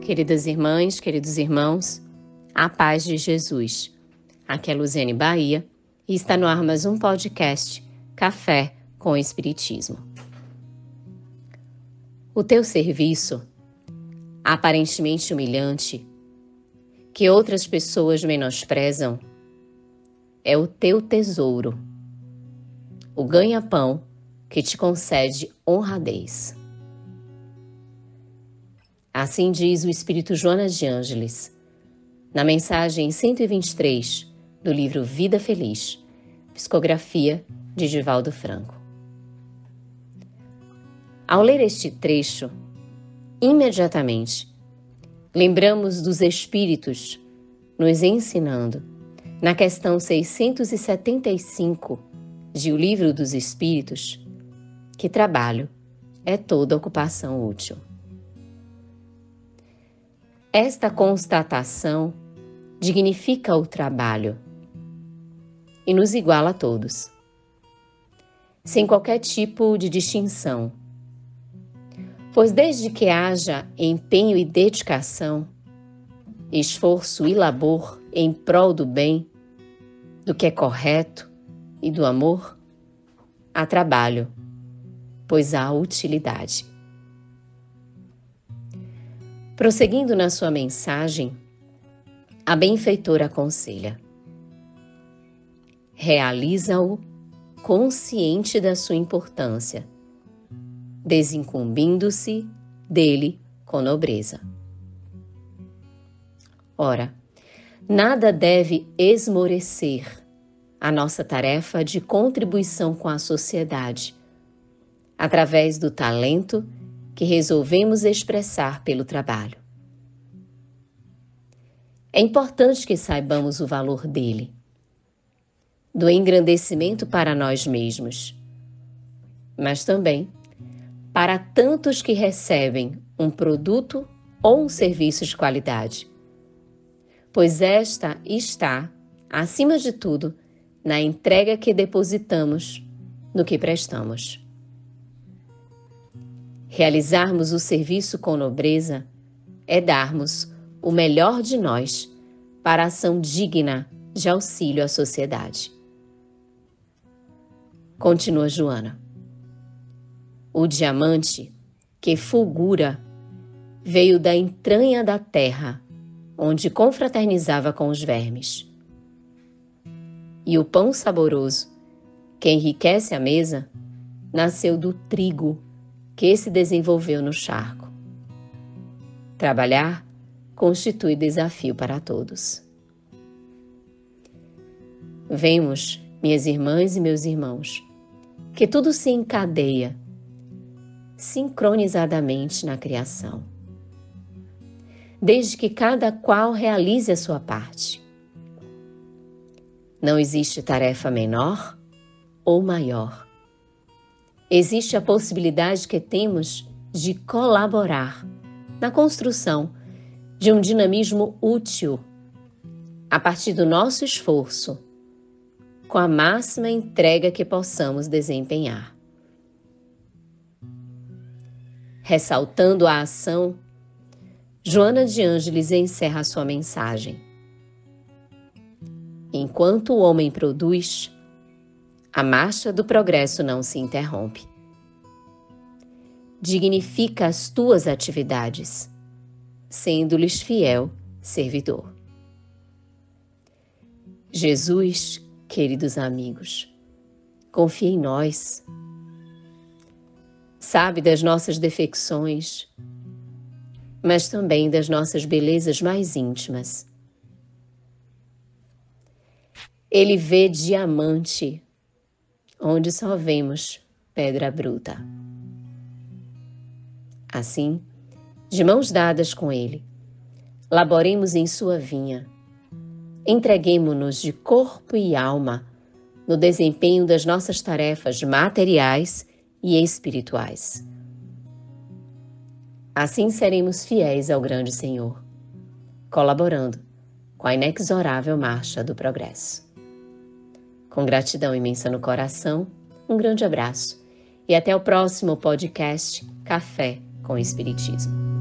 Queridas irmãs, queridos irmãos, a paz de Jesus. Aqui é Luziane Bahia e está no ar mais um podcast Café com o Espiritismo. O teu serviço, aparentemente humilhante, que outras pessoas menosprezam, é o teu tesouro, o ganha-pão que te concede honradez. Assim diz o Espírito Jonas de Ângeles, na mensagem 123 do livro Vida Feliz, psicografia de Divaldo Franco. Ao ler este trecho, imediatamente lembramos dos Espíritos nos ensinando, na questão 675 de O Livro dos Espíritos, que trabalho é toda ocupação útil. Esta constatação dignifica o trabalho e nos iguala a todos, sem qualquer tipo de distinção, pois desde que haja empenho e dedicação, esforço e labor em prol do bem, do que é correto e do amor, há trabalho, pois há utilidade. Prosseguindo na sua mensagem, a benfeitora aconselha: realiza-o consciente da sua importância, desincumbindo-se dele com nobreza. Ora, nada deve esmorecer a nossa tarefa de contribuição com a sociedade, através do talento que resolvemos expressar pelo trabalho. É importante que saibamos o valor dele, do engrandecimento para nós mesmos, mas também para tantos que recebem um produto ou um serviço de qualidade, pois esta está, acima de tudo, na entrega que depositamos no que prestamos. Realizarmos o serviço com nobreza é darmos o melhor de nós para a ação digna de auxílio à sociedade. Continua Joana. O diamante que fulgura veio da entranha da terra, onde confraternizava com os vermes. E o pão saboroso, que enriquece a mesa, nasceu do trigo que se desenvolveu no charco. Trabalhar constitui desafio para todos. Vemos, minhas irmãs e meus irmãos, que tudo se encadeia sincronizadamente na criação, desde que cada qual realize a sua parte. Não existe tarefa menor ou maior. Existe a possibilidade que temos de colaborar na construção de um dinamismo útil a partir do nosso esforço, com a máxima entrega que possamos desempenhar. Ressaltando a ação, Joana de Ângeles encerra sua mensagem. Enquanto o homem produz, a marcha do progresso não se interrompe. Dignifica as tuas atividades, sendo-lhes fiel servidor. Jesus, queridos amigos, confia em nós. Sabe das nossas defecções, mas também das nossas belezas mais íntimas. Ele vê diamante onde só vemos pedra bruta. Assim, de mãos dadas com Ele, laboremos em sua vinha, entreguemo-nos de corpo e alma no desempenho das nossas tarefas materiais e espirituais. Assim seremos fiéis ao grande Senhor, colaborando com a inexorável marcha do progresso. Com gratidão imensa no coração, um grande abraço e até o próximo podcast Café com Espiritismo.